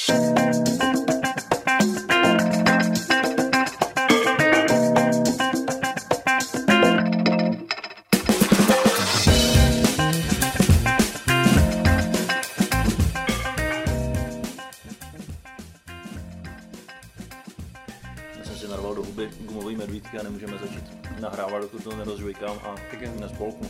Gumový medvídky a nemůžeme začít nahrávat, dokud to nerozžvejkám a nespolknu.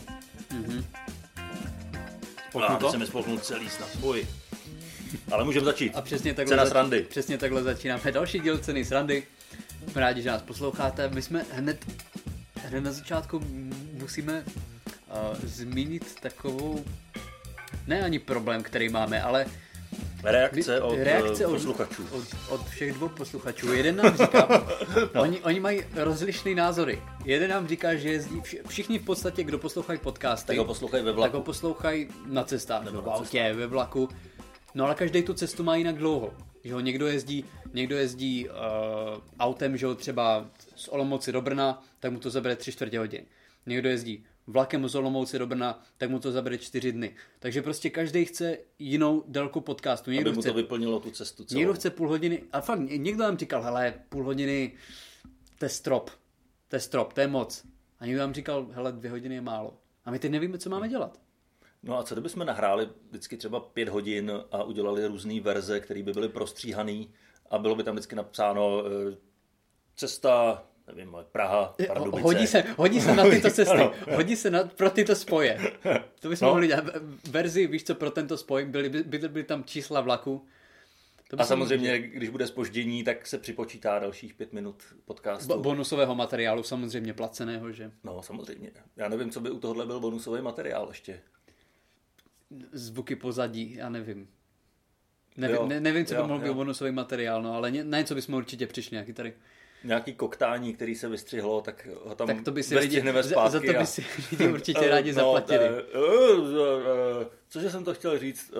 Teď se mi spolknul celý snad. Ale můžeme začít. A přesně takhle, Cena srandy. Přesně takhle začínáme další díl Ceny srandy. Jsme rádi, že nás posloucháte. My jsme hned na začátku musíme zmínit takovou, ne ani problém, který máme, ale reakce od posluchačů. Od všech dvou posluchačů. Jeden nám říká, oni mají rozlišné názory. Jeden nám říká, že jezdí, všichni v podstatě, kdo poslouchají podcasty, tak ho poslouchají ve vlaku. Tak ho poslouchají na cestách, nebo v autě, ve vlaku. No ale každý tu cestu má jinak dlouho. Že ho někdo jezdí autem, že ho třeba z Olomouce do Brna, tak mu to zabere 3/4 hodiny. Někdo jezdí vlakem z Olomouce do Brna, tak mu to zabere 4 dny. Takže prostě každý chce jinou délku podcastu. Někdo aby mu chce, to vyplnilo tu cestu celou. Někdo chce půl hodiny, a fakt někdo nám říkal, hele, půl hodiny, to je strop, to je moc. A někdo nám říkal, hele, 2 hodiny je málo. A my teď nevíme, co máme dělat. No a co kdybychom nahráli vždycky třeba 5 hodin a udělali různé verze, které by byly prostříhané a bylo by tam vždycky napsáno cesta, nevím, Praha, Pardubice. Hodí se na tyto cesty, hodí se pro tyto spoje. To bychom mohli dělat verzi, víš co, pro tento spoj, byly tam čísla vlaku. A samozřejmě, když bude zpoždění, tak se připočítá dalších 5 minut podcastu. Bonusového materiálu, samozřejmě placeného, že? No, samozřejmě. Já nevím, co by u tohohle byl bonusový materiál ještě. Zvuky pozadí, já nevím. Nevím, co by mohl být bonusový materiál, no, ale na něco bychom určitě přišli, nějaký tady. Nějaký koktání, který se vystřihlo, tak ho tam tak to by si vystřihneme zpátky. Za to by si lidi určitě rádi zaplatili. Cože jsem to chtěl říct?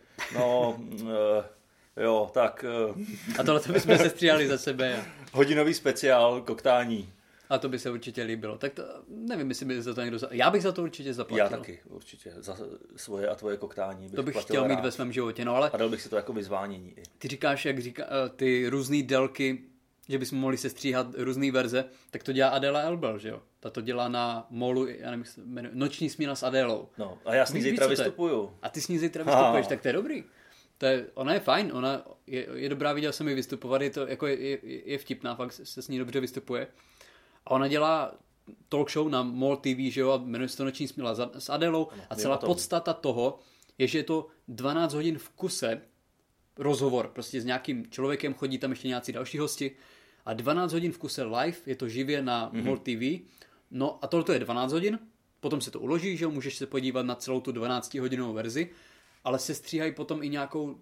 Jo, tak... A tohle to bychom se stříhali za sebe. Hodinový speciál koktání. A to by se určitě líbilo. Tak to, nevím, jestli by za to někdo... Já bych za to určitě zaplatil. Já taky, určitě. Za svoje a tvoje koktání bych to bych chtěl mít ve svém životě, no ale... A dal bych si to jako vyzvánění. Ty říkáš, ty různý délky, že bychom mohli sestříhat různý verze, tak to dělá Adela Elbel, že jo? Ta to dělá na Molu, já nevím, Noční směna s Adélou. No, a já s ní zítra vystupuju. A ty s ní zítra vystupuješ, tak to je dobrý. Ona je fajn, ona je dobrá, viděl jsem ji vystupovat, je vtipná, fakt se s ní dobře vystupuje. A ona dělá talk show na MOL TV, že jo, a jmenuje se to Noční směna s Adélou. A celá podstata toho je, že je to 12 hodin v kuse rozhovor, prostě s nějakým člověkem, chodí tam ještě nějací další hosti a 12 hodin v kuse live, je to živě na MOL TV. No a tohle je 12 hodin, potom se to uloží, že jo, můžeš se podívat na celou tu 12hodinovou verzi, ale se stříhají potom i nějaký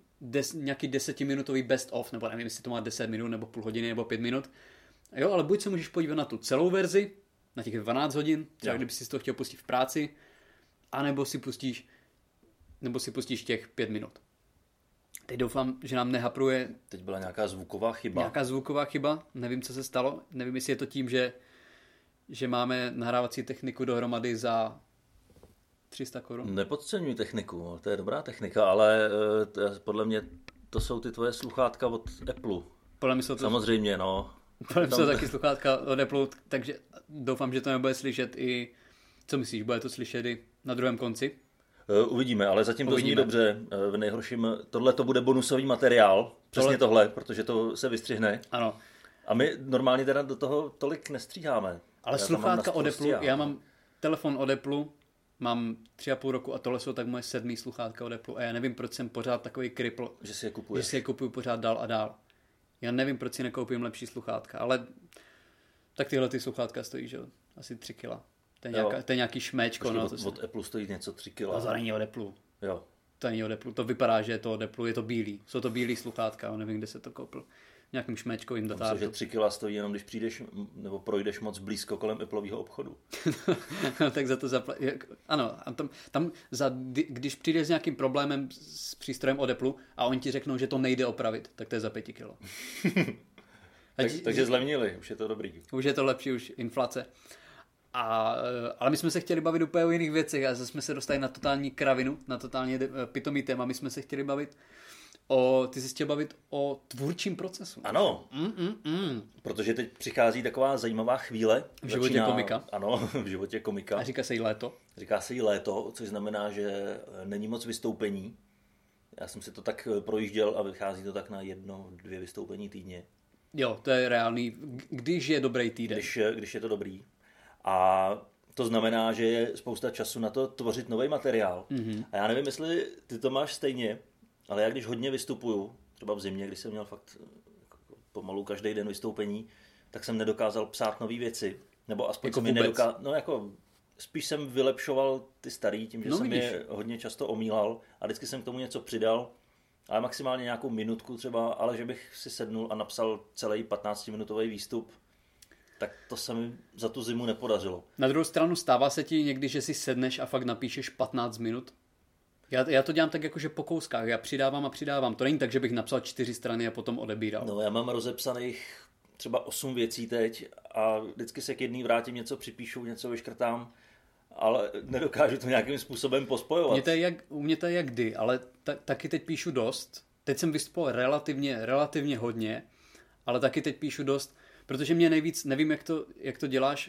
10minutový best of, nebo nevím, jestli to má 10 minut, nebo půl hodiny, nebo 5 minut. Jo, ale buď se můžeš podívat na tu celou verzi, na těch 12 hodin, třeba kdyby si to chtěl pustit v práci, anebo si pustíš těch 5 minut. Teď doufám, že nám nehapruje... Teď byla nějaká zvuková chyba. Nevím, co se stalo. Nevím, jestli je to tím, že máme nahrávací techniku dohromady za 300 korun. Nepodceňuj techniku, to je dobrá technika, ale podle mě to jsou ty tvoje sluchátka od Apple. Podle mě jsou to... Samozřejmě, no. Podle mě jsou taky sluchátka od Apple, takže doufám, že to nebude slyšet i... Co myslíš, bude to slyšet i na druhém konci? Uvidíme, ale zatím to zní dobře. V nejhorším, tohle to bude bonusový materiál, přesně tohle, protože to se vystřihne. Ano. A my normálně teda do toho tolik nestříháme. Ale sluchátka od Apple, já mám telefon od Apple, mám 3,5 roku a tohle jsou tak moje 7. sluchátka od Apple a já nevím, proč jsem pořád takový kripl, že si je kupuješ. Že si je kupuju pořád dál a dál. Já nevím, proč si nekoupím lepší sluchátka, ale tak tyhle ty sluchátka stojí, že asi 3 kila. To je nějaký šméčko. No, od Apple stojí něco 3 kg. A to není od Apple. Jo. To není od Apple. To vypadá, že je to od Apple. Je to bílý. Jsou to bílý sluchátka. Nevím, kde se to koupil. Nějakým šméčkovým datárem. Myslím, že 3 kg stojí jenom, když přijdeš nebo projdeš moc blízko kolem Appleového obchodu. No, tak za to ano, tam když přijdeš s nějakým problémem s přístrojem od Apple a oni ti řeknou, že to nejde opravit, tak to je za 5 kg. Takže zlevnili. Už je to dobrý. Už je to lepší, už inflace. Ale my jsme se chtěli bavit úplně o jiných věcech a jsme se dostali na totální kravinu, na totálně pitomý téma. My jsme se chtěli bavit Ty jsi chtěl bavit o tvůrčím procesu. Ano, protože teď přichází taková zajímavá chvíle. V životě komika. Ano, v životě komika. A říká se jí léto. Říká se jí léto, což znamená, že není moc vystoupení. Já jsem si to tak projížděl a vychází to tak na 1-2 vystoupení týdně. Jo, to je reálný, když je dobrý týden. Když je to dobrý. A to znamená, že je spousta času na to tvořit nový materiál. Mm-hmm. A já nevím, jestli ty to máš stejně, ale já když hodně vystupuju, třeba v zimě, když jsem měl fakt pomalu každý den vystoupení, tak jsem nedokázal psát nové věci. Nebo aspoň jako mi spíš jsem vylepšoval ty starý tím, že jsem je hodně často omílal a vždycky jsem k tomu něco přidal, ale maximálně nějakou minutku třeba, ale že bych si sednul a napsal celý 15-minutový výstup, tak to se mi za tu zimu nepodařilo. Na druhou stranu stává se ti někdy, že si sedneš a fakt napíšeš 15 minut? Já to dělám tak jakože po kouskách, já přidávám a přidávám. To není tak, že bych napsal 4 strany a potom odebíral. No, já mám rozepsaných třeba 8 věcí teď a vždycky se k jedný vrátím, něco připíšu, něco vyškrtám, ale nedokážu to nějakým způsobem pospojovat. U mě to je jak kdy, ale taky teď píšu dost. Teď jsem vystupoval relativně hodně, ale taky teď píšu dost, protože mě nejvíc, nevím, jak to děláš,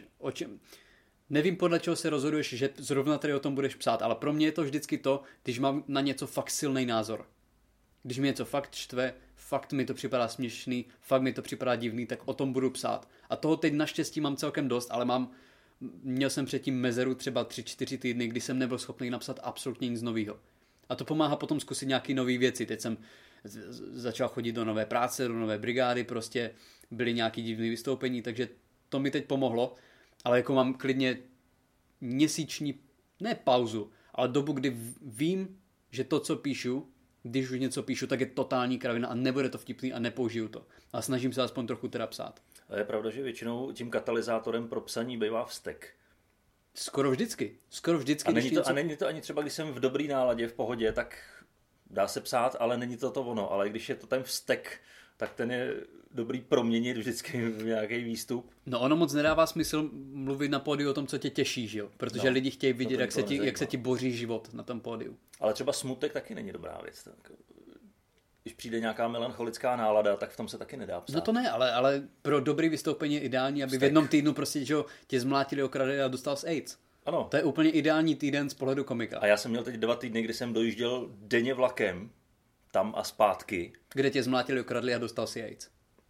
nevím, podle čeho se rozhoduješ, že zrovna tady o tom budeš psát, ale pro mě je to vždycky to, když mám na něco fakt silný názor. Když mi něco fakt štve, fakt mi to připadá směšný, fakt mi to připadá divný, tak o tom budu psát. A toho teď naštěstí mám celkem dost, ale měl jsem předtím mezeru třeba 3-4 týdny, kdy jsem nebyl schopný napsat absolutně nic nového. A to pomáhá potom zkusit nějaké nové věci. Teď jsem začal chodit do nové práce, do nové brigády, prostě byly nějaké divné vystoupení, takže to mi teď pomohlo. Ale jako mám klidně měsíční, ne pauzu, ale dobu, kdy vím, že to, co píšu, když už něco píšu, tak je totální kravina a nebude to vtipný a nepoužiju to. A snažím se aspoň trochu teda psát. A je pravda, že většinou tím katalyzátorem pro psaní bývá vztek. Skoro vždycky. A není to ani třeba, když jsem v dobrý náladě, v pohodě, tak dá se psát, ale není to ono. Ale když je to ten vztek, tak ten je dobrý proměnit vždycky v nějaký výstup. No ono moc nedává smysl mluvit na pódiu o tom, co tě těší, že jo? Protože lidi chtějí vidět, jak se ti boří život na tom pódiu. Ale třeba smutek taky není dobrá věc. Tak když přijde nějaká melancholická nálada, tak v tom se taky nedá psát. No to ne, ale pro dobrý vystoupení je ideální, aby v jednom týdnu prostě, že tě zmlátili, okradli a dostal z AIDS. Ano. To je úplně ideální týden z pohledu komika. A já jsem měl teď 2 týdny, kdy jsem dojížděl denně vlakem, tam a zpátky. Kde tě zmlátili, okradli a dostal si AIDS?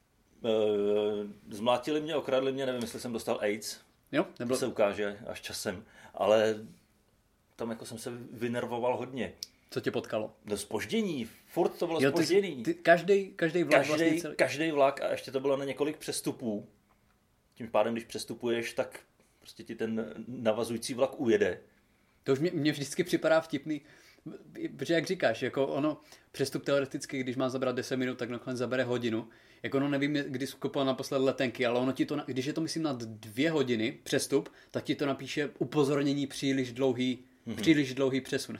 Zmlátili mě, okradli mě, nevím, jestli jsem dostal AIDS. Jo, nebylo... To se ukáže až časem. Ale tam jako jsem se vynervoval hodně. Co tě potkalo? Do zpoždění. Furt to bylo zpožděný. Každý vlak vlastně celý... Každý vlak a ještě to bylo na několik přestupů. Tím pádem, když přestupuješ, tak prostě ti ten navazující vlak ujede. To už mě vždycky připadá vtipný, protože jak říkáš, jako ono, přestup teoreticky, když má zabrat 10 minut, tak nakonec zabere hodinu. Jako ono nevím, kdy jsi kupoval naposled letenky, ale ono ti to, když je to myslím na 2 hodiny přestup, tak ti to napíše upozornění příliš dlouhý přesun.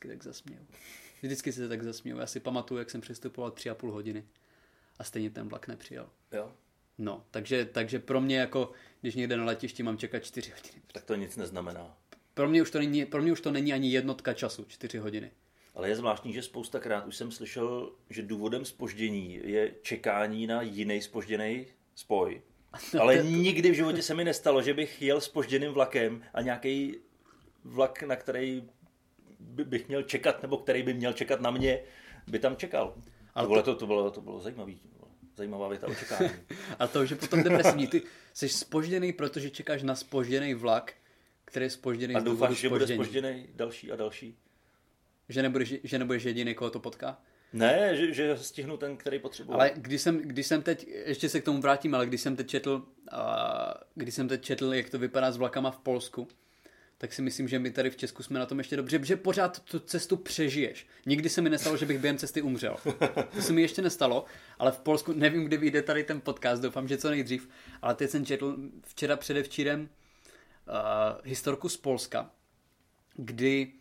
Vždycky se tak zasměju. Já si pamatuju, jak jsem přestupoval 3,5 hodiny a stejně ten vlak nepřijel. Jo. No, takže pro mě jako, když někde na letišti mám čekat 4 hodiny. Tak to nic neznamená. Pro mě už to není ani jednotka času, 4 hodiny. Ale je zvláštní, že spoustakrát už jsem slyšel, že důvodem zpoždění je čekání na jiný zpožděný spoj. Ale nikdy v životě se mi nestalo, že bych jel zpožděným vlakem a nějaký vlak, na který bych měl čekat, nebo který by měl čekat na mě, by tam čekal. Ale to bylo zajímavá věta očekání. A to už je potom depresivní. Ty jsi zpožděný, protože čekáš na zpožděný vlak, který je zpožděný z důvodu zpoždění. A doufáš, že bude zpožděný další a další? Že nebudeš jediný, koho to potká? Ne, že stihnu ten, který potřebuji. Ale když jsem teď, ještě se k tomu vrátím, ale když jsem teď četl, jak to vypadá s vlakama v Polsku, tak si myslím, že my tady v Česku jsme na tom ještě dobře, že pořád tu cestu přežiješ. Nikdy se mi nestalo, že bych během cesty umřel. To se mi ještě nestalo, ale v Polsku, nevím, kdy vyjde tady ten podcast, doufám, že co nejdřív, ale teď jsem četl včera předevčírem historku z Polska, kdy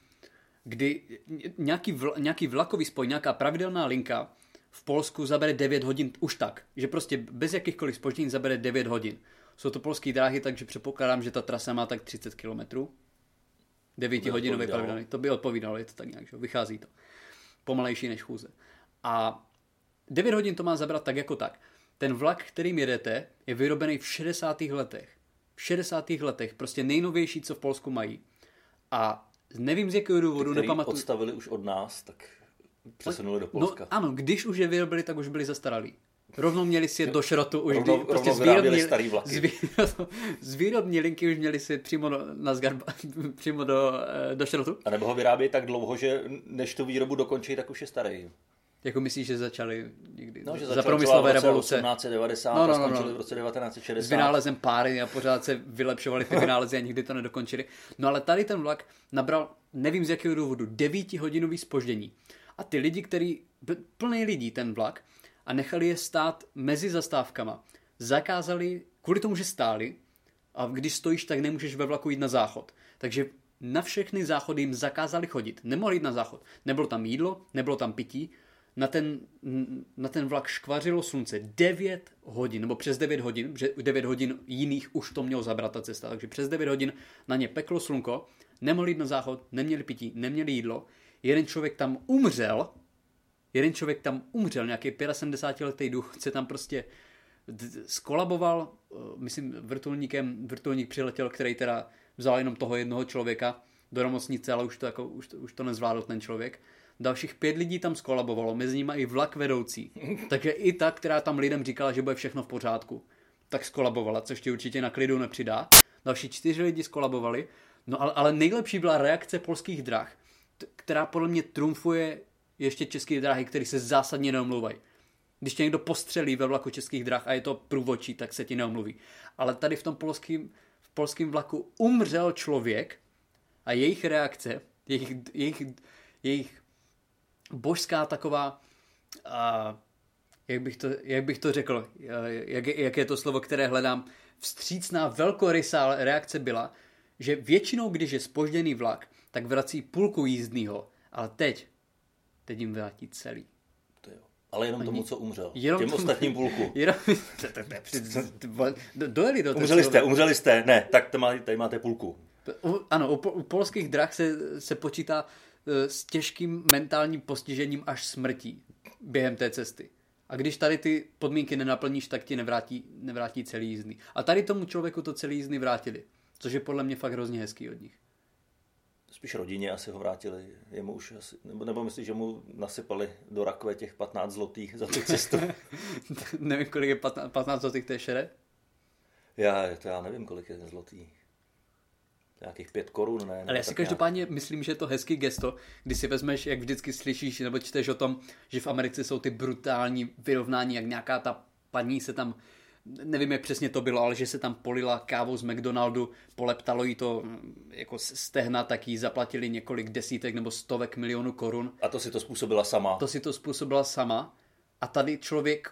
nějaký vlakový spoj, nějaká pravidelná linka v Polsku zabere 9 hodin už tak, že prostě bez jakýchkoliv zpoždění zabere 9 hodin. Jsou to polské dráhy, takže předpokládám, že ta trasa má tak 30 kilometrů. 9 hodinový pravidelný. To by odpovídalo, je to tak nějak, že vychází to. Pomalejší než chůze. A 9 hodin to má zabrat tak jako tak. Ten vlak, kterým jedete, je vyrobený v 60. letech. V 60. letech, prostě nejnovější, co v Polsku mají. A nevím z jakého důvodu, nepamatuju. Odstavili už od nás, tak přesunuli do Polska. No, ano, když už je vyrobili, tak už byli zastaralí. Rovnou měli si je do šrotu. Už prostě vyráběli starý vlaky. Z výrobní linky už měli si přímo přímo do šrotu. A nebo ho vyrábějí tak dlouho, že než tu výrobu dokončí, tak už je starý. Jako myslíš, že začali někdy že za průmyslové revoluce? 1890 a skončili v roce 1960. S vynálezem páry a pořád se vylepšovali ty vynálezy a nikdy to nedokončili. No ale tady ten vlak nabral, nevím z jakého důvodu, 9hodinový zpoždění. A ty lidi, plný lidí ten vlak, a nechali je stát mezi zastávkama. Zakázali, kvůli tomu, že stáli, a když stojíš, tak nemůžeš ve vlaku jít na záchod. Takže na všechny záchody jim zakázali chodit. Nemohli jít na záchod. Nebylo tam jídlo, nebylo tam pití. Na ten vlak škvařilo slunce 9 hodin, nebo přes 9 hodin, že 9 hodin jiných už to mělo zabrat ta cesta, takže přes 9 hodin na ně peklo slunko, nemohli jít na záchod, neměli pití, neměli jídlo. Jeden člověk tam umřel, nějaký 75letý duch, se tam prostě skolaboval, myslím vrtulník přiletěl, který teda vzal jenom toho jednoho člověka do nemocnice, ale už to nezvládl ten člověk. Dalších 5 lidí tam skolabovalo, mezi nimi i vlak vedoucí. Takže i ta, která tam lidem říkala, že bude všechno v pořádku, tak skolabovala, což ti určitě na klidu nepřidá. Další 4 lidi skolabovali, no ale nejlepší byla reakce polských drah, která podle mě trumfuje ještě české dráhy, které se zásadně neomlouvají. Když tě někdo postřelí ve vlaku českých drah a je to průvodčí, tak se ti neomluví. Ale tady v tom polském vlaku umřel člověk a jejich reakce, jejich božská taková, jak bych to řekl, jak je to slovo, které hledám, vstřícná velkorysá reakce byla, že většinou, když je zpožděný vlak, tak vrací půlku jízdného, ale teď jim vrátí celý. To jo. Ale jenom tomu, co umřel. Těm ostatním půlku. Umřeli jste. Ne, tak tady máte půlku. Ano, u polských drah se počítá s těžkým mentálním postižením až smrtí během té cesty. A když tady ty podmínky nenaplníš, tak ti nevrátí celý jízdný. A tady tomu člověku to celý jízdný vrátili. Což je podle mě fakt hrozně hezký od nich. Spíš rodině asi ho vrátili. Jemu už asi, nebo myslíš, že mu nasypali do rakve těch 15 zlotých za tu cestu? Nevím, kolik je 15 zlotých, to je šere? Já nevím, kolik je zlotý. Nějakých 5 korun, ne? Ale já si každopádně myslím, že je to hezký gesto, když si vezmeš, jak vždycky slyšíš nebo čteš o tom, že v Americe jsou ty brutální vyrovnání, jak nějaká ta paní se tam, nevím, jak přesně to bylo, ale že se tam polila kávou z McDonaldu, poleptalo jí to jako stehna, tak jí zaplatili několik desítek nebo stovek milionů korun. A to si to způsobila sama. A tady člověk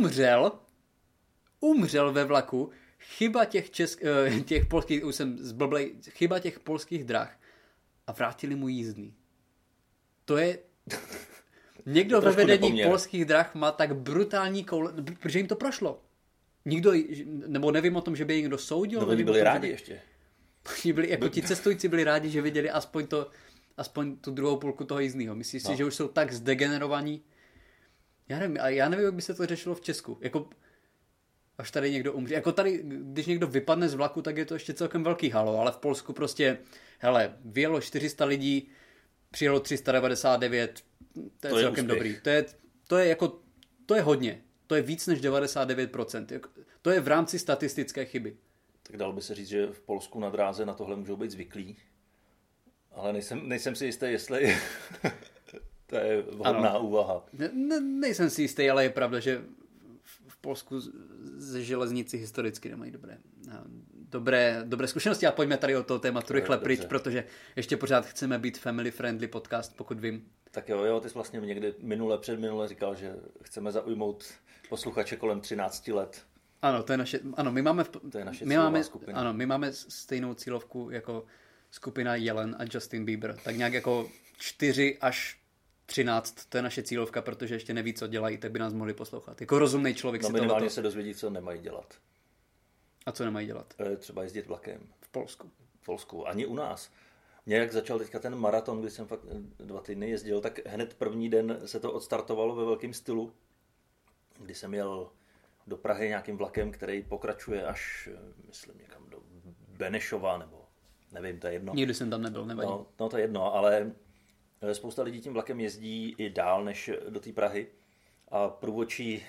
umřel ve vlaku. Chyba těch polských, už jsem zblblej, chyba těch polských drah a vrátili mu jízdný. To je... Někdo ve vedení polských drah má tak brutální koule, protože jim to prošlo. Nikdo, nebo nevím o tom, že by někdo soudil. No, oni byli rádi ještě. Jako ti cestující byli rádi, že viděli aspoň tu druhou půlku toho jízdného. Myslíš si, že už jsou tak zdegenerovaní? Já nevím, jak by se to řešilo v Česku. Jako až tady někdo umře. Jako tady, když někdo vypadne z vlaku, tak je to ještě celkem velký halo, ale v Polsku prostě, hele, vyjelo 400 lidí, přijelo 399, to je celkem dobrý. To je hodně. To je víc než 99%. To je v rámci statistické chyby. Tak dalo by se říct, že v Polsku na dráze na tohle můžou být zvyklí. Ale nejsem si jistý, jestli to je vhodná úvaha. Nejsem si jistý, ale je pravda, že v Polsku ze železnici historicky nemají dobré zkušenosti a pojďme tady o toho tématu rychle pryč, protože ještě pořád chceme být family friendly podcast, pokud vím. Tak jo, ty jsi vlastně někdy předminule říkal, že chceme zaujmout posluchače kolem 13 let. Ano, to je naše cílová skupina. Ano, my máme stejnou cílovku jako skupina Jelen a Justin Bieber. Tak nějak jako 4 až 13, to je naše cílovka, protože ještě neví, co dělají, tak by nás mohli poslouchat. Jako rozumný člověk si tohleto... minimálně se dozvědí, co nemají dělat. A co nemají dělat? Třeba jezdit vlakem. V Polsku. Ani u nás. Nějak začal teďka ten maraton, kdy jsem fakt 2 týdny jezdil, tak hned první den se to odstartovalo ve velkém stylu, kdy jsem jel do Prahy nějakým vlakem, který pokračuje až, myslím, někam do Benešova, nebo nevím, to je jedno. Nikdy jsem tam nebyl, nevadí. No to je jedno, ale spousta lidí tím vlakem jezdí i dál než do té Prahy a průvodčí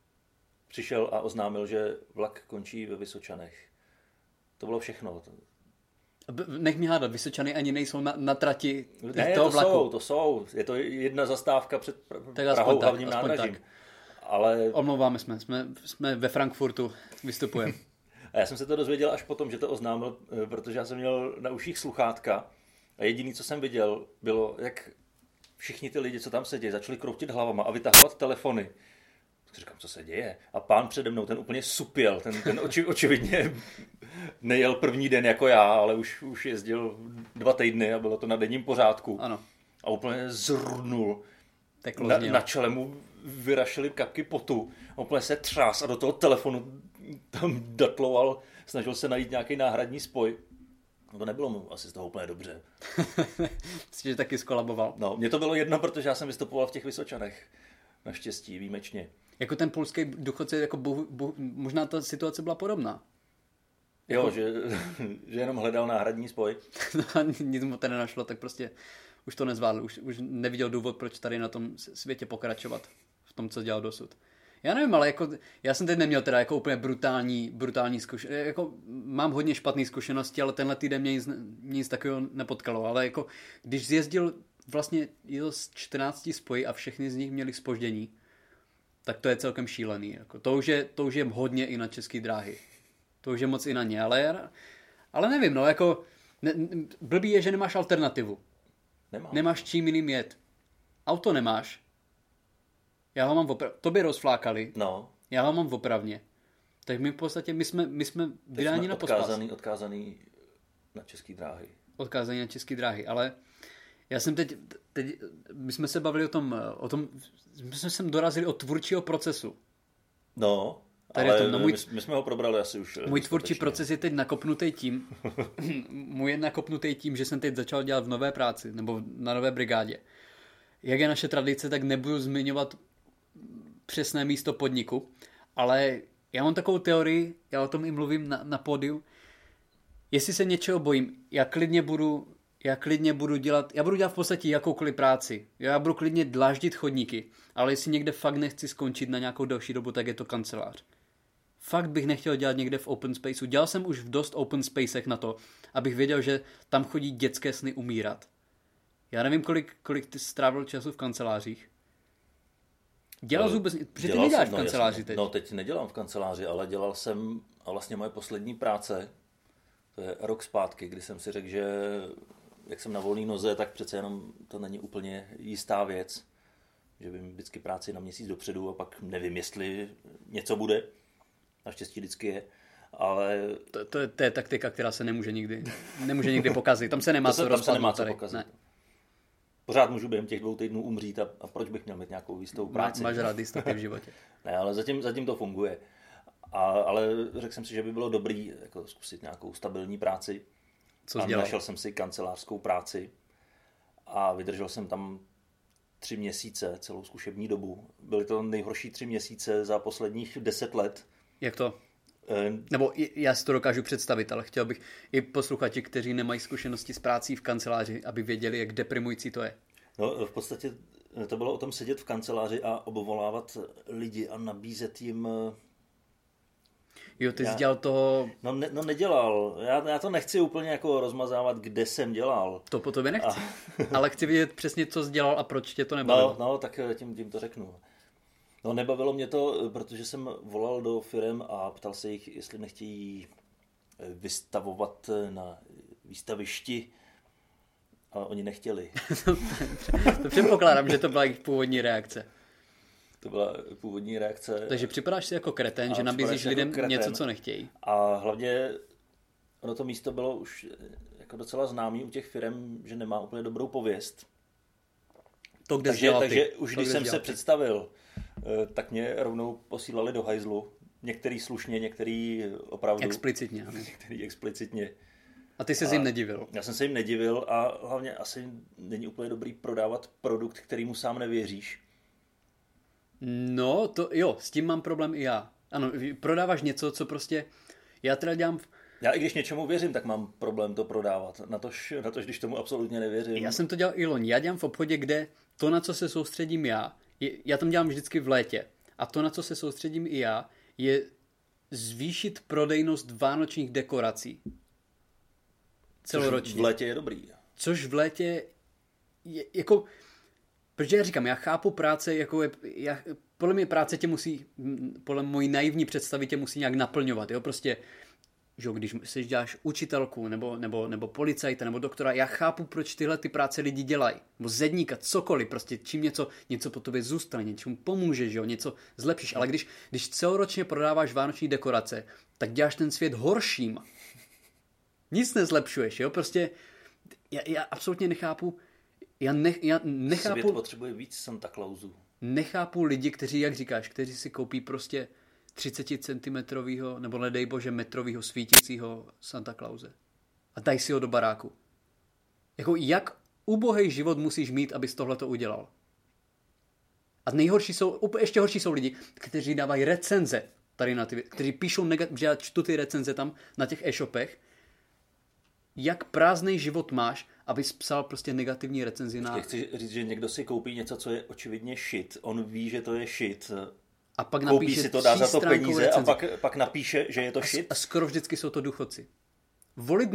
přišel a oznámil, že vlak končí ve Vysočanech. To bylo všechno. Nech mi hádat, Vysočany ani nejsou na trati toho vlaku. To jsou. Je to jedna zastávka před Prahou hlavním nádražím. Tak. Ale... Omlouváme jsme ve Frankfurtu, vystupujeme. A já jsem se to dozvěděl až potom, že to oznámil, protože já jsem měl na uších sluchátka a jediný, co jsem viděl, bylo, jak všichni ty lidi, co tam sedí, začali kroutit hlavama a vytahovat telefony. Říkám, co se děje? A pán přede mnou, ten úplně supěl, ten očividně nejel první den jako já, ale už jezdil 2 týdny a bylo to na denním pořádku. Ano. A úplně zrnul. Na čele mu vyrašily kapky potu. A úplně se třás a do toho telefonu tam datloval, snažil se najít nějaký náhradní spoj. No to nebylo mu asi z toho úplně dobře. Myslím, že taky skolaboval. No, mně to bylo jedno, protože já jsem vystupoval v těch Vysočanech. Naštěstí, výjimečně. Jako ten polský důchodce, jako možná ta situace byla podobná. Jo, jako... že jenom hledal náhradní spoj. No a nic mu to nenašlo, tak prostě už to nezvládl. Už neviděl důvod, proč tady na tom světě pokračovat v tom, co dělal dosud. Já nevím, ale jako, já jsem teď neměl teda jako úplně brutální zkušenosti. Jako, mám hodně špatné zkušenosti, ale tenhle týden mě nic takového nepotkalo. Ale jako, když zjezdil vlastně jel z 14 spojí a všechny z nich měli zpoždění, tak to je celkem šílený. Jako, to už je hodně i na České dráhy. To už je moc i na ně, ale nevím, no, jako blbý je, že nemáš alternativu. Nemáš čím jiným jet. Auto nemáš. Já ho mám tobě rozflákali. No. Já ho mám opravně. Tak my v podstatě, my jsme vydáni na pospas. Odkázaný na České dráhy. Odkázaný na České dráhy, ale já jsem teď my jsme se bavili o tom, my jsme sem dorazili od tvůrčího procesu. No, tady ale my jsme ho probrali asi už. Můj tvůrčí proces je teď nakopnutý tím, že jsem teď začal dělat v nové práci, nebo na nové brigádě. Jak je naše tradice, tak nebudu zmiňovat přesné místo podniku, ale já mám takovou teorii, já o tom i mluvím na pódiu. Jestli se něčeho bojím, já klidně budu dělat v podstatě jakoukoliv práci. Já budu klidně dláždit chodníky, ale jestli někde fakt nechci skončit na nějakou další dobu, tak je to kancelář. Fakt bych nechtěl dělat někde v open spaceu. Dělal jsem už v dost open spacech na to, abych věděl, že tam chodí dětské sny umírat. Já nevím, kolik ty strávil času v kancelářích. Dělal vůbec, protože ty neděláš v kanceláři teď. No teď nedělám v kanceláři, ale dělal jsem, a vlastně moje poslední práce, to je rok zpátky, kdy jsem si řekl, že jak jsem na volné noze, tak přece jenom to není úplně jistá věc, že vím vždycky práci na měsíc dopředu a pak nevím, jestli něco bude. Naštěstí vždycky je. Ale... To je taktika, která se nemůže nikdy pokazit. Tam se nemá co rozpadnout. Pořád můžu během těch 2 týdnů umřít a proč bych měl mít nějakou jistou práci? Máš rád jistoty v životě. Ne, ale zatím to funguje. Ale řekl jsem si, že by bylo dobrý jako zkusit nějakou stabilní práci. Našel jsem si kancelářskou práci a vydržel jsem tam 3 měsíce, celou zkušební dobu. Byly to nejhorší 3 měsíce za posledních 10 let. Jak to? Nebo já si to dokážu představit, ale chtěl bych i posluchači, kteří nemají zkušenosti s prácí v kanceláři, aby věděli, jak deprimující to je. No, v podstatě to bylo o tom sedět v kanceláři a obvolávat lidi a nabízet jim... Jo, ty jsi dělal toho... No nedělal. Já to nechci úplně jako rozmazávat, kde jsem dělal. To po tobě nechci. Ale chci vědět přesně, co jsi dělal a proč tě to nebavilo. No, tak tím to řeknu. No nebavilo mě to, protože jsem volal do firem a ptal se jich, jestli nechtějí vystavovat na výstavišti a oni nechtěli. To předpokládám, že to byla jejich původní reakce. To byla původní reakce. Takže připadáš si jako kreten, že nabízíš lidem něco, co nechtějí. A hlavně ono to místo bylo už jako docela známý u těch firem, že nemá úplně dobrou pověst. Takže už když jsem se představil, tak mě rovnou posílali do hajzlu. Některý slušně, některý opravdu... Explicitně. Některý explicitně. A ty se jim nedivil? Já jsem se jim nedivil a hlavně asi není úplně dobrý prodávat produkt, kterýmu sám nevěříš. No, to jo, s tím mám problém i já. Ano, prodáváš něco, co prostě, já teda dělám... Já i když něčemu věřím, tak mám problém to prodávat. Na tož, když tomu absolutně nevěřím. Já jsem to dělal i loni. Já dělám v obchodě, kde to, na co se soustředím já tam dělám vždycky v létě. A to, na co se soustředím i já, je zvýšit prodejnost vánočních dekorací. Celoročně. Což v létě je dobrý. Což v létě je jako... Protože já říkám, já chápu práce, jako podle mě práce tě musí, podle mojí naivní představy tě musí nějak naplňovat, jo, prostě, že když si děláš učitelku, nebo policajta, nebo doktora, já chápu, proč tyhle ty práce lidi dělají, nebo zedníka, cokoliv, prostě čím něco po tobě zůstane, něčemu pomůže, že jo, něco zlepšíš, ale když celoročně prodáváš vánoční dekorace, tak děláš ten svět horším. Nic nezlepšuješ, jo, prostě, já absolutně nechápu. Já nechápu... Svět potřebuje víc Santa Clausů. Nechápu lidi, kteří, jak říkáš, kteří si koupí prostě 30 cm, nebo nedej bože metrovýho svítícího Santa Clause. A dají si ho do baráku. Jako jak ubohej život musíš mít, abys tohleto udělal. A ještě horší jsou lidi, kteří dávají recenze tady na ty, kteří píšou že já čtu ty recenze tam na těch e-shopech, jak prázdnej život máš, abys psal prostě negativní recenzi na... Chci říct, že někdo si koupí něco, co je očividně shit. On ví, že to je shit. A pak koupí si to, dá za to peníze recenzi. A pak napíše, že je to shit. A skoro vždycky jsou to důchodci. Volit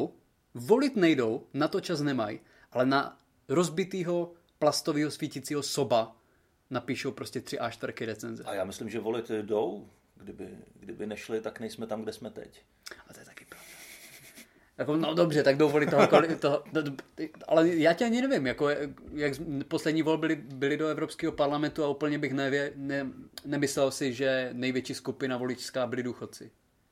nejdou, na to čas nemají, ale na rozbitýho plastového svítícího soba napíšou prostě 3 A4 recenze. A já myslím, že volit jdou. Kdyby nešli, tak nejsme tam, kde jsme teď. A to je taky pravda. Jako, no dobře, tak jdou volit toho, ale já tě ani nevím, jako, jak poslední volby byly do Evropského parlamentu a úplně bych nemyslel si, že největší skupina voličská byli důchodci.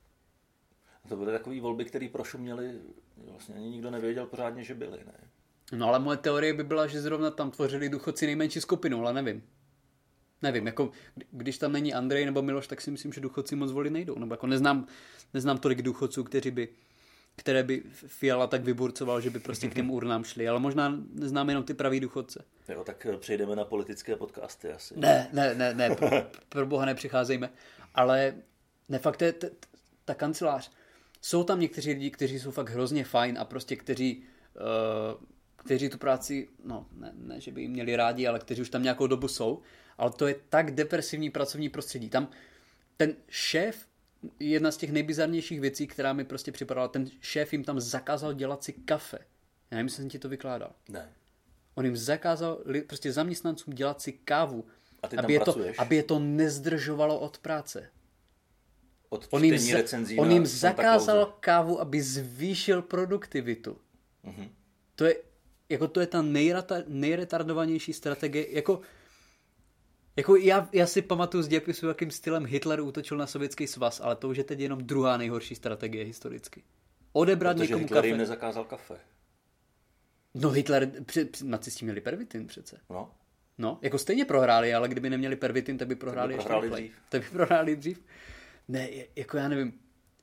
To byly takový volby, které prošuměly, vlastně ani nikdo nevěděl pořádně, že byly, ne? No ale moje teorie by byla, že zrovna tam tvořili důchodci nejmenší skupinu, ale nevím. Nevím, jako když tam není Andrej nebo Miloš, tak si myslím, že důchodci moc volit nejdou. Nebo jako neznám tolik důchodců, které by Fiala tak vyburcoval, že by prostě k těm urnám šli. Ale možná neznám jenom ty pravý důchodce. Jo, tak přejdeme na politické podcasty asi. Ne, pro boha nepřicházejme. Ale ne, fakt ta kancelář. Jsou tam někteří lidi, kteří jsou fakt hrozně fajn a prostě kteří tu práci, no ne, že by ji měli rádi, ale kteří už tam nějakou dobu jsou. Ale to je tak depresivní pracovní prostředí. Tam ten šéf, jedna z těch nejbizarnějších věcí, která mi prostě připadala, ten šéf jim tam zakázal dělat si kafe. Já nevím, jestli jsem ti to vykládal. Ne. On jim zakázal prostě zaměstnancům dělat si kávu, a ty aby je to nezdržovalo od práce. Od on jim zakázal kávu, aby zvýšil produktivitu. Mhm. To je ta nejretardovanější strategie. Jako já si pamatuju z dějepisu, jakým stylem Hitler útočil na Sovětský svaz, ale to už je teď jenom druhá nejhorší strategie historicky. Odebrat někomu Hitler kafe. Jim nezakázal kafe. No Hitler, nacisti měli pervitin přece. No, jako stejně prohráli, ale kdyby neměli pervitin, tak by prohráli ještě dřív. Tak by prohráli dřív. Ne, jako já nevím.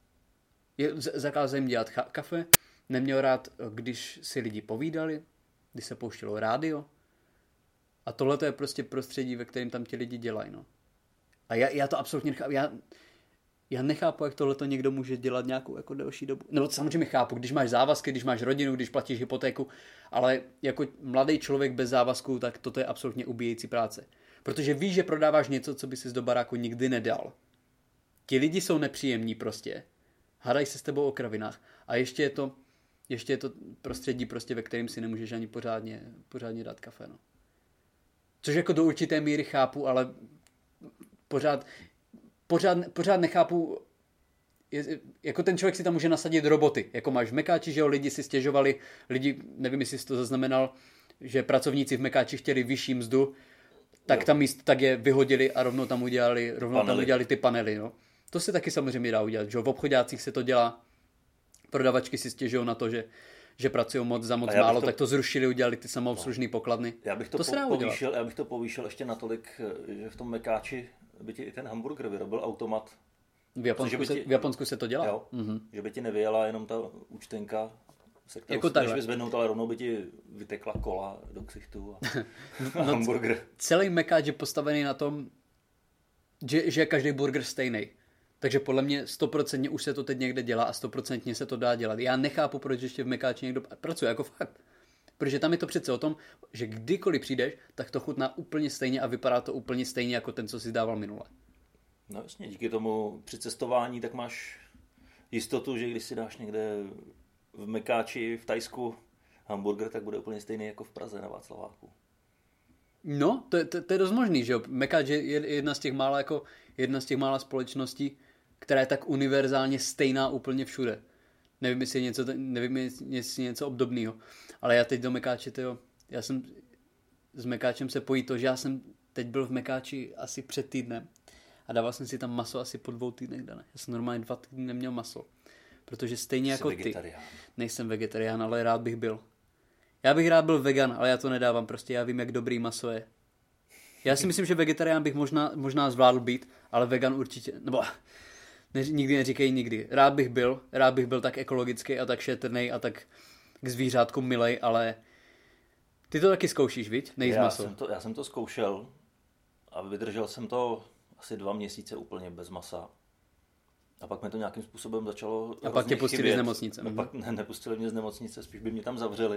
Zakázal jim dělat kafe, neměl rád, když si lidi povídali, když se pouštělo rádio. A tohle je prostě prostředí, ve kterém tam ti lidi dělají, no. A já to absolutně nechápu. Já nechápu, jak tohle někdo může dělat nějakou jako delší dobu. Nebo samozřejmě chápu, když máš závazky, když máš rodinu, když platíš hypotéku, ale jako mladý člověk bez závazků, tak toto je absolutně ubíjející práce. Protože víš, že prodáváš něco, co by si do baráku nikdy nedal. Ti lidi jsou nepříjemní prostě. Hádají se s tebou o kravinách. A ještě je to prostředí prostě, ve kterém si nemůžeš ani pořádně dát kafe, no. Což jako do určité míry chápu, ale pořád nechápu, jako ten člověk si tam může nasadit roboty. Jako máš v Mekáči, že jo, lidi si stěžovali, nevím, jestli jsi to zaznamenal, že pracovníci v Mekáči chtěli vyšší mzdu, tak tam tak je vyhodili a rovnou tam udělali ty panely, no. To se taky samozřejmě dá udělat, že jo, v obchodácích se to dělá, prodavačky si stěžují na to, že pracují za moc málo, tak to zrušili, udělali ty samoobslužné pokladny. Já bych to povýšil ještě natolik, že v tom Mekáči by ti i ten hamburger vyrobil automat V Japonsku se to dělá. Jo, že by ti nevyjela jenom ta účtenka, se kterou jako si vyzvednout, ale rovnou by ti vytekla kola do ksichtu a hamburger. Celý mekáč je postavený na tom, že je každý burger stejný. Takže podle mě 100% už se to teď někde dělá a 100% se to dá dělat. Já nechápu, proč ještě v mekáči někdo pracuje, jako fakt. Protože tam je to přece o tom, že kdykoliv přijdeš, tak to chutná úplně stejně a vypadá to úplně stejně jako ten, co si dával minule. No jasně, díky tomu při cestování tak máš jistotu, že když si dáš někde v mekáči v Thajsku hamburger, tak bude úplně stejný jako v Praze na Václaváku. No, to je dost možný, že jo. Mekáč je jedna z těch mála společností, která je tak univerzálně stejná úplně všude. Nevím, jestli je něco obdobného. Ale já teď do mekáče, s mekáčem se pojí to, že já jsem teď byl v mekáči asi před týdnem a dával jsem si tam maso asi po 2 týdnech, Dane. Já jsem normálně 2 týdny neměl maso. Protože stejně jako ty. Nejsem vegetarián, ale rád bych byl. Já bych rád byl vegan, ale já to nedávám, prostě já vím, jak dobrý maso je. Já si myslím, že vegetarián bych možná zvládl být, ale vegan určitě, nebo nikdy neříkej nikdy. Rád bych byl tak ekologický a tak šetrnej a tak k zvířátkům milej, ale ty to taky zkoušíš, viď? Nejíst maso. Já jsem to zkoušel a vydržel jsem to asi 2 měsíce úplně bez masa. A pak mě to nějakým způsobem začalo a pak tě pustili z nemocnice. No, pak nepustili mě z nemocnice, spíš by mě tam zavřeli.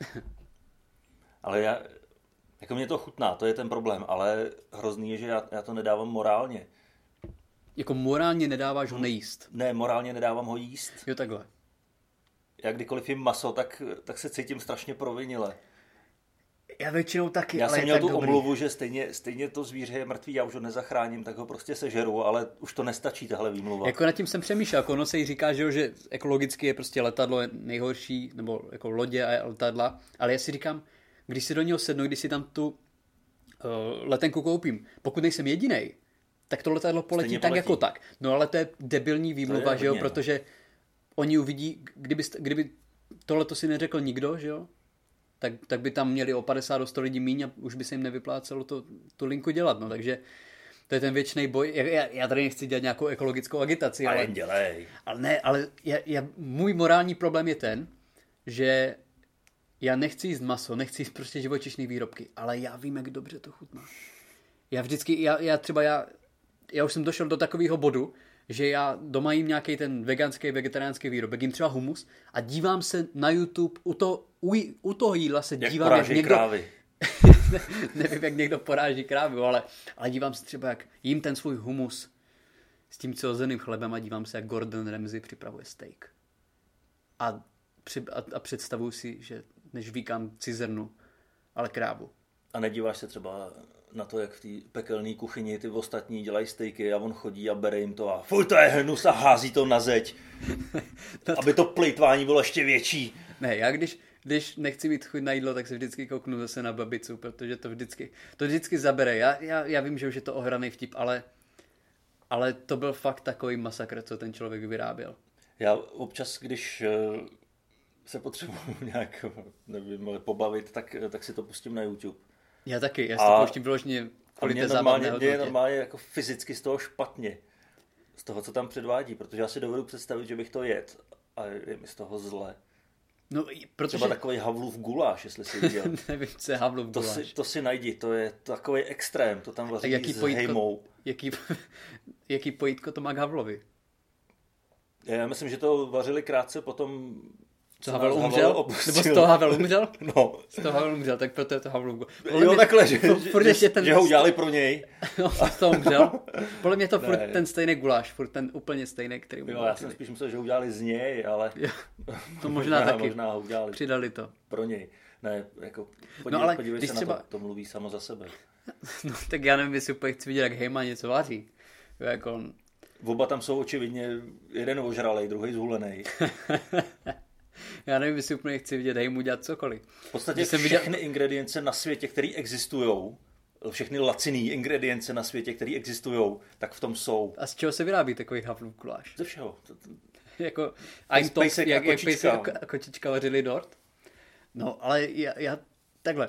Ale jako mě to chutná, to je ten problém, ale hrozný je, že já to nedávám morálně. Jako morálně nedáváš ho nejíst? Ne, morálně nedávám ho jíst. Jo, takhle. Já kdykoliv jim maso, tak se cítím strašně provinile. Já většinou taky, já ale jsem měl tu omluvu, že stejně to zvíře je mrtvý, já už ho nezachráním, tak ho prostě sežeru, ale už to nestačí tahle výmluva. Jako nad tím jsem přemýšlel, jako ono se jí říká, že ekologicky je prostě letadlo nejhorší, nebo jako lodě a letadla, ale já si říkám, když si do něho sednu, když si tam tu letenku koupím, pokud nejsem jedinej, tak to letadlo poletí tak jako tak. No ale to je debilní výmluva, že jo, protože oni uvidí, kdyby tohleto si neřekl nikdo, že jo, tak by tam měli o 50 do 100 lidí míň a už by se jim nevyplácelo tu linku dělat, no, takže to je ten věčný boj. Já tady nechci dělat nějakou ekologickou agitaci, ale dělej. Ale ne, ale můj morální problém je ten, že já nechci jíst maso, nechci jíst prostě živočišné výrobky, ale já vím, jak dobře to chutná. Já už jsem došel do takového bodu, že já doma jím nějaký ten veganský, vegetariánský výrobek, jím třeba humus a dívám se na YouTube, u toho jídla se dívám, jak někdo... krávy. Nevím, jak někdo poráží krávu, ale dívám se třeba, jak jím ten svůj humus s tím celozeným chlebem a dívám se, jak Gordon Ramsay připravuje steak. A představuju si, že nežvíkám cizrnu, ale krávu. A nedíváš se třeba na to, jak v té pekelné kuchyni ty ostatní dělají stejky a on chodí a bere jim to a fuj, to je hnus a hází to na zeď, aby to plejtvání bylo ještě větší. Ne, já když nechci mít chuť na jídlo, tak se vždycky kouknu zase na babicu, protože to vždycky zabere. Já vím, že už je to ohraný vtip, ale to byl fakt takový masakr, co ten člověk vyráběl. Já občas, když se potřebuji nějak, nevím, pobavit, tak si to pustím na YouTube. Já taky, já si to pouštím vyloženě kvůli té zábavné hodnotě. Mě je normálně jako fyzicky z toho špatně, z toho, co tam předvádí, protože já si dovedu představit, že bych to jedl a je mi z toho zle. No, protože... Třeba takový Havlův guláš, jestli si viděl. Nevím, co je Havlův guláš. To si najdi, to je takový extrém, to tam vaří s hejmou. Jaký pojítko to má k Havlovi? Já myslím, že to vařili krátce potom... Co Havel umřel? Nebo z toho Havel umřel? No. Z toho Havel umřel, tak proto je to Havlův guláš. Jo, takhle, že ho udělali pro něj. No, z toho umřel. Podle mě to furt ten stejný guláš, furt ten úplně stejný, který jo, já jsem spíš myslel, že ho udělali z něj, ale... Jo, to možná taky. Možná ho udělali. Přidali to. Pro něj. Ne, jako podívej se třeba... na to mluví samo za sebe. No, tak já nevím, jestli úplně chci vidět, jak Hejma něco vaří. Jako... Oba tam jsou očividně jeden ožralej, druhý zhulenej. Já nevím, jestli úplně chci vidět Hejmu dělat cokoliv. V podstatě všechny ingredience na světě, které existujou, všechny laciný ingredience na světě, které existujou, tak v tom jsou. A z čeho se vyrábí takový Havlův guláš? Ze všeho. Jako Pejsek a kočička vařili dort? No, ale já takhle.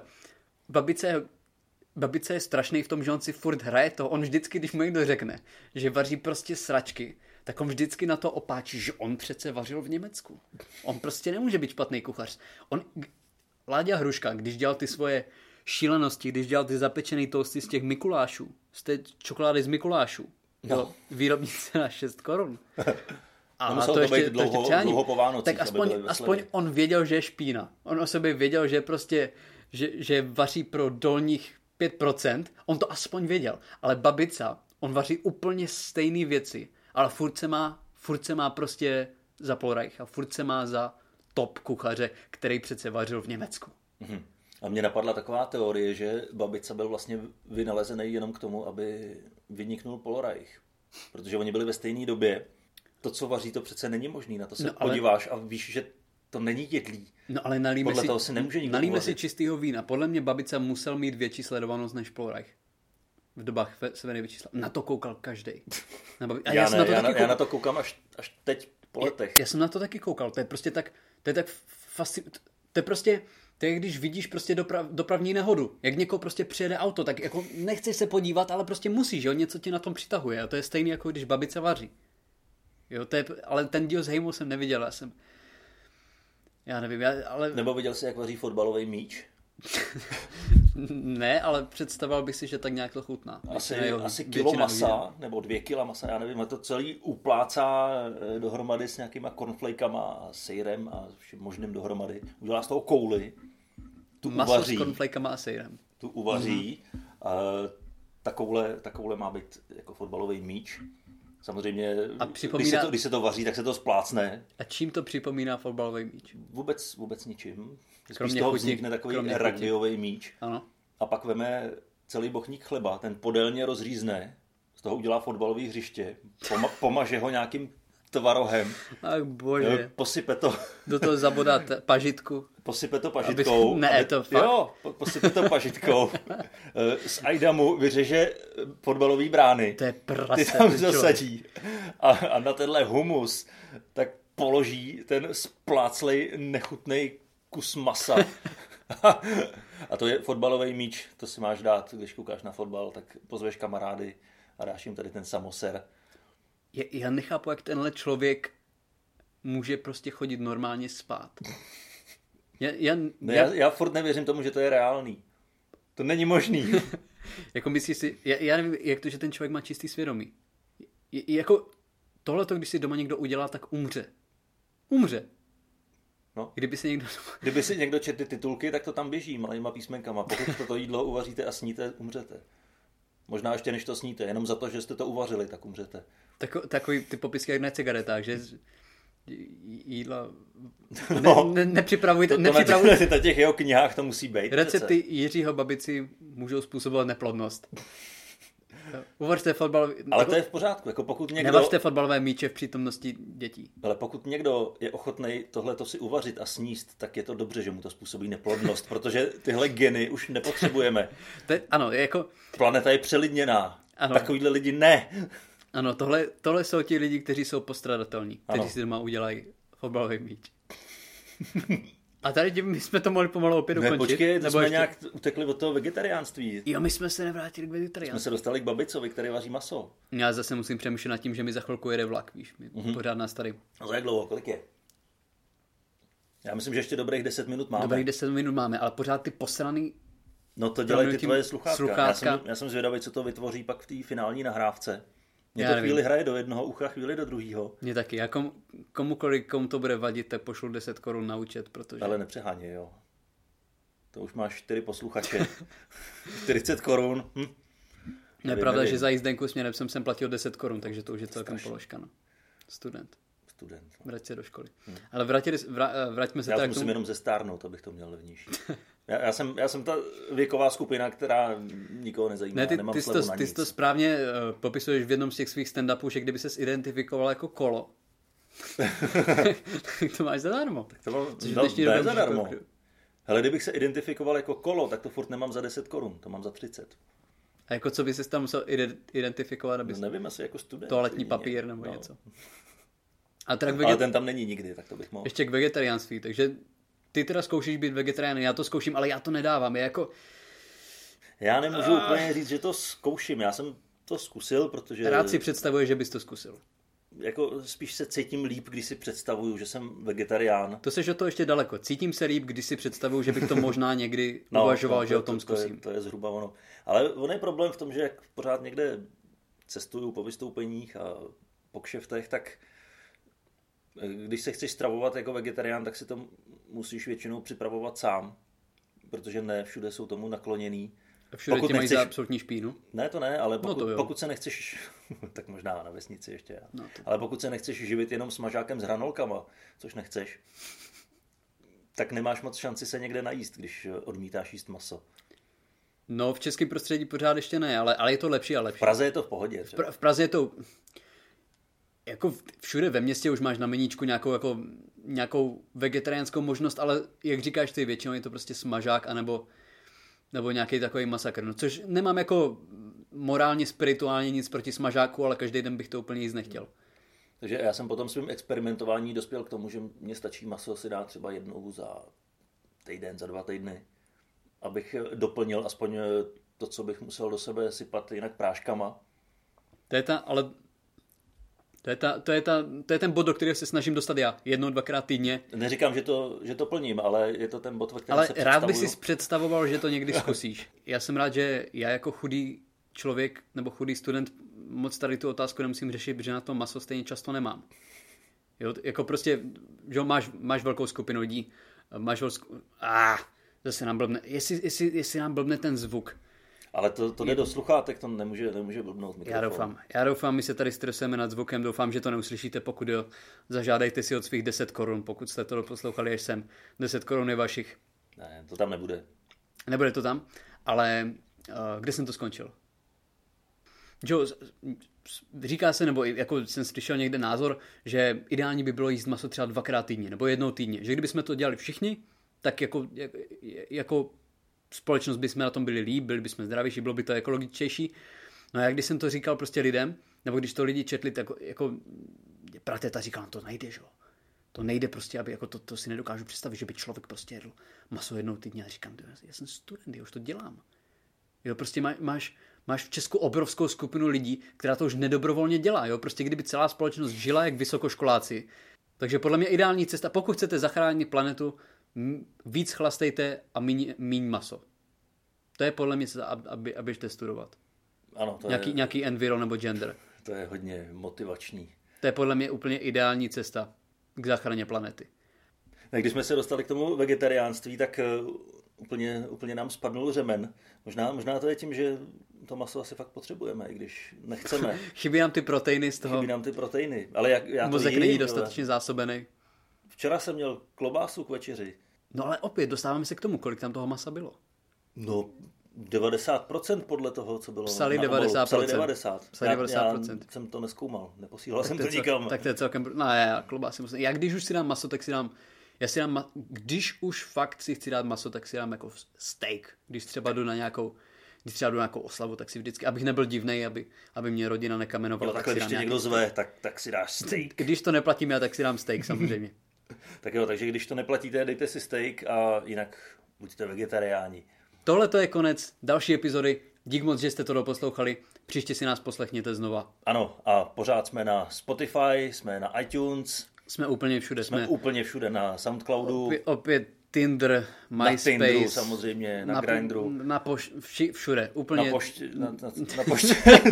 Babice je strašný v tom, že on si furt hraje to. On vždycky, když mu někdo řekne, že vaří prostě sračky, tak on vždycky na to opáčí, že on přece vařil v Německu. On prostě nemůže být špatný kuchař. Láďa Hruška, když dělal ty svoje šílenosti, když dělal ty zapečený toasty z těch Mikulášů, z té čokolády z Mikulášů, výrobní cena 6 korun. A to ještě dlouho po Vánocích, tak aspoň on věděl, že je špína. On o sobě věděl, že prostě, že vaří pro dolních 5%. On to aspoň věděl. Ale babica, on vaří úplně stejné věci, ale furt se má prostě za Polreich a furt se má za top kuchaře, který přece vařil v Německu. A mně napadla taková teorie, že babica byl vlastně vynalezený jenom k tomu, aby vyniknul Polreich. Protože oni byli ve stejné době. To, co vaří, to přece není možný. Na to se podíváš a víš, že to není jedlý. No ale nalíme si čistýho vína. Podle mě babica musel mít větší sledovanost než Polreich. V dobách se největší sledovanost. Na to koukal každej. Já na to koukám až teď po letech. Já jsem na to taky koukal. To je prostě tak fascinující. To je, když vidíš prostě dopravní nehodu. Jak někoho prostě přijede auto, tak jako nechceš se podívat, ale prostě musíš, jo? Něco ti na tom přitahuje. A to je stejný, jako když babice vaří. Jo, ale ten díl z Hejmu jsem neviděl. Já nevím, ale... Nebo viděl jsi, jak vaří fotbalový míč? Ne, ale představoval bych si, že tak nějak to chutná. Asi kilo masa, nebo 2 kila masa, já nevím, a to celý uplácá dohromady s nějakýma cornflakama a sejrem a všem možným dohromady. Udělá z toho kouli, tu maso uvaří. S cornflakama a sejrem. Tu uvaří. Ta koule má být jako fotbalový míč. Samozřejmě, když se to vaří, tak se to splácne. A čím to připomíná fotbalový míč? Vůbec ničím. Spíš z toho vznikne takový rugbyový míč. Ano. A pak veme celý bochník chleba, ten podélně rozřízne, z toho udělá fotbalový hřiště, pomaže ho nějakým tvarohem. Ach bože. Posype to. Do toho zabodá pažitku. Posype to pažitkou. Posype to pažitkou. Z ajdamu vyřeže fotbalový brány. To je prase. Ty tam zasadí. A na tenhle humus tak položí ten spláclej nechutnej kus masa. A to je fotbalový míč. To si máš dát, když koukáš na fotbal, tak pozveš kamarády a dáš jim tady ten samoser. Já nechápu, jak tenhle člověk může prostě chodit normálně spát. Já furt nevěřím tomu, že to je reálný. To není možný. Jako myslíš si, já nevím, jak to, že ten člověk má čistý svědomí. Jako tohleto, když si doma někdo udělá, tak umře. Umře. No. Kdyby si někdo četl titulky, tak to tam běží malýma písmenkama. Pokud toto jídlo uvaříte a sníte, umřete. Možná ještě než to sníte, jenom za to, že jste to uvařili, tak umřete. Takový ty popisky jak na cigaretách, že jídla nepřipravujte. Na těch jeho knihách to musí být. Recepty Jiřího babici můžou způsobovat neplodnost. Uvařte fotbalové... Ale to je v pořádku. Jako pokud někdo... Nevařte fotbalové míče v přítomnosti dětí. Ale pokud někdo je ochotný tohleto si uvařit a sníst, tak je to dobře, že mu to způsobí neplodnost, protože tyhle geny už nepotřebujeme. Ano, jako... Planeta je přelidněná. Ano. Takovýhle lidi ne. Ano, tohle jsou ti lidi, kteří jsou postradatelní, kteří si doma udělají fotbalový míč. A tady my jsme to mohli pomalu opět ukončit. Počkej, jsme ještě... nějak utekli od toho vegetariánství. Jo, my jsme se nevrátili k vegetariánství. Jsme se dostali k babicovi, který vaří maso. Já zase musím přemýšlet nad tím, že mi za chvilku jede vlak, víš, pořád nás tady. A za jak dlouho, kolik je? Já myslím, že ještě dobrých 10 minut máme. Dobrých 10 minut máme, ale pořád ty posraný... No to dělají ty tvoje sluchátka. Já jsem zvědavý, co to vytvoří pak v té finální nahrávce. Mě to chvíli hraje do jednoho ucha, chvíli do druhého. Mně taky. Já komu to bude vadit, tak pošlu 10 korun na účet, protože... Ale nepřeháněj, jo. To už máš 4 posluchače. 40 korun. Je pravda, že za jízdenku směrem jsem platil 10 korun, takže to už je celkem položka. No. Student. Vrať se do školy. Ale vraťme se... Já už musím jenom zestárnout, abych to měl levnější. Já jsem ta věková skupina, která nikoho nezajímá. Ne, ty jsi to správně popisuješ v jednom z těch svých stand-upů, že kdyby ses identifikoval jako kolo, tak to máš zadarmo. Tak to je zadarmo. Hele, kdybych se identifikoval jako kolo, tak to furt nemám za 10 korun, to mám za 30. A jako co by ses tam musel identifikovat? Nevím, asi jako student. Toaletní papír nebo něco. Ale ten tam není nikdy, tak to bych mohl. Ještě k vegetariánství, takže ty teda zkoušíš být vegetarián, já to zkouším, ale já to nedávám. Já nemůžu úplně říct, že to zkouším, já jsem to zkusil, protože... Rád si představuje, že bys to zkusil. jako spíš se cítím líp, když si představuju, že jsem vegetarián. To seš o to ještě daleko. Cítím se líp, když si představuju, že bych to možná někdy uvažoval, že o tom zkusím. To je zhruba ono. Ale on je problém v tom, že jak pořád někde cestuju po vystoupeních a po kšeftech, tak když se chceš stravovat jako vegetarián, tak si to musíš většinou připravovat sám, protože ne všude jsou tomu nakloněný. A všude ti mají za absolutní špínu? Ne, to ne, ale pokud se nechceš, tak možná na vesnici ještě, ale pokud se nechceš živit jenom smažákem s hranolkama, což nechceš, tak nemáš moc šanci se někde najíst, když odmítáš jíst maso. No, v českém prostředí pořád ještě ne, ale je to lepší a lepší. V Praze je to v pohodě. V Praze je to... Jako všude ve městě už máš na meníčku nějakou vegetariánskou možnost, ale jak říkáš ty, většinou je to prostě smažák anebo nějaký takový masakr. No, což nemám jako morálně, spirituálně nic proti smažáku, ale každý den bych to úplně jíst nechtěl. Takže já jsem po tom svým experimentování dospěl k tomu, že mě stačí maso si dát třeba jednou za týden, za 2 týdny, abych doplnil aspoň to, co bych musel do sebe sypat jinak práškama. To je ten bod, do kterého se snažím dostat já. 1-2krát týdně. Neříkám, že to plním, ale je to ten bod, ve kterém se představuju. Ale rád bych si představoval, že to někdy zkusíš. Já jsem rád, že já jako chudý člověk nebo chudý student moc tady tu otázku nemusím řešit, protože na to maso stejně často nemám. Jo, jako prostě, že máš velkou skupinu lidí, zase nám blbne. Jestli nám blbne ten zvuk. Ale to jde do sluchátek, to nemůže blbnout mikrofon. Já doufám, my se tady stresujeme nad zvukem, doufám, že to neuslyšíte, pokud jo, zažádejte si od svých 10 korun, pokud jste to poslouchali až sem. 10 korun je vašich. Ne, to tam nebude. Nebude to tam, ale kde jsem to skončil? Joe, říká se, nebo jako jsem slyšel někde názor, že ideální by bylo jíst maso třeba 2krát týdně, nebo 1 týdně. Že kdybychom to dělali všichni, tak jako společnost bychom na tom byli líp, byli bychom zdravější, bylo by to ekologičtější. No a jak když jsem to říkal prostě lidem, nebo když to lidi četli, tak jako prateta říkal, no to nejde, že jo. To nejde prostě, aby jako to si nedokážu představit, že by člověk prostě jedl maso 1 týdně. A říkám, já jsem student, já už to dělám. Jo, prostě máš v Česku obrovskou skupinu lidí, která to už nedobrovolně dělá, jo. Prostě kdyby celá společnost žila jak vysokoškoláci. Takže podle mě ideální cesta, pokud chcete zachránit planetu, víc chlastejte a míň maso. To je podle mě, abyste studovat. Ano, to nějaký enviro nebo gender. To je hodně motivační. To je podle mě úplně ideální cesta k záchraně planety. Když jsme se dostali k tomu vegetariánství, tak úplně nám spadnul řemen. Možná to je tím, že to maso asi fakt potřebujeme, i když nechceme. Chybí nám ty proteiny z toho. Chybí nám ty proteiny. Ale já to mozek není dostatečně zásobený. Včera jsem měl klobásu k večeři. No ale opět, dostáváme se k tomu, kolik tam toho masa bylo. No, 90% podle toho, co bylo. Psali 90%. Psali 90%. Já jsem to nezkoumal, neposílal jsem to nikam. Tak to je celkem... No já klobásy musím... Já když už si dám maso, tak si dám... Když už fakt si chci dát maso, tak si dám jako steak. Když třeba jdu na nějakou oslavu, tak si vždycky, abych nebyl divnej, aby mě rodina nekamenovala. Tak když tě někdo zve, tak si dáš steak. Když to neplatím já, tak si dám steak samozřejmě. Tak jo, takže když to neplatíte, dejte si steak a jinak buďte vegetariáni. Tohle to je konec další epizody. Dík moc, že jste to doposlouchali. Příště si nás poslechněte znova. Ano, a pořád jsme na Spotify, jsme na iTunes. Jsme úplně všude. Jsme úplně všude na Soundcloudu. Opět Tinder, MySpace. Na Tinderu samozřejmě, na Grindru. Všude, úplně. Na poště.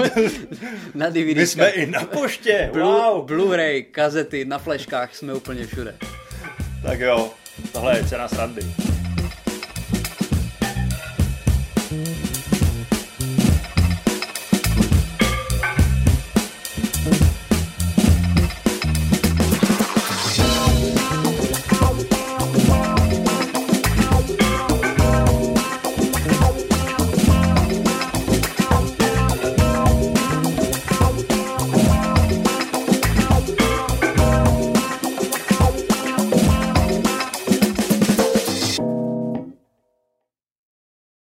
Na DVD. My jsme i na poště, wow. Blu-ray, kazety, na fleškách, jsme úplně všude. Tak jo, tohle je cena srandy.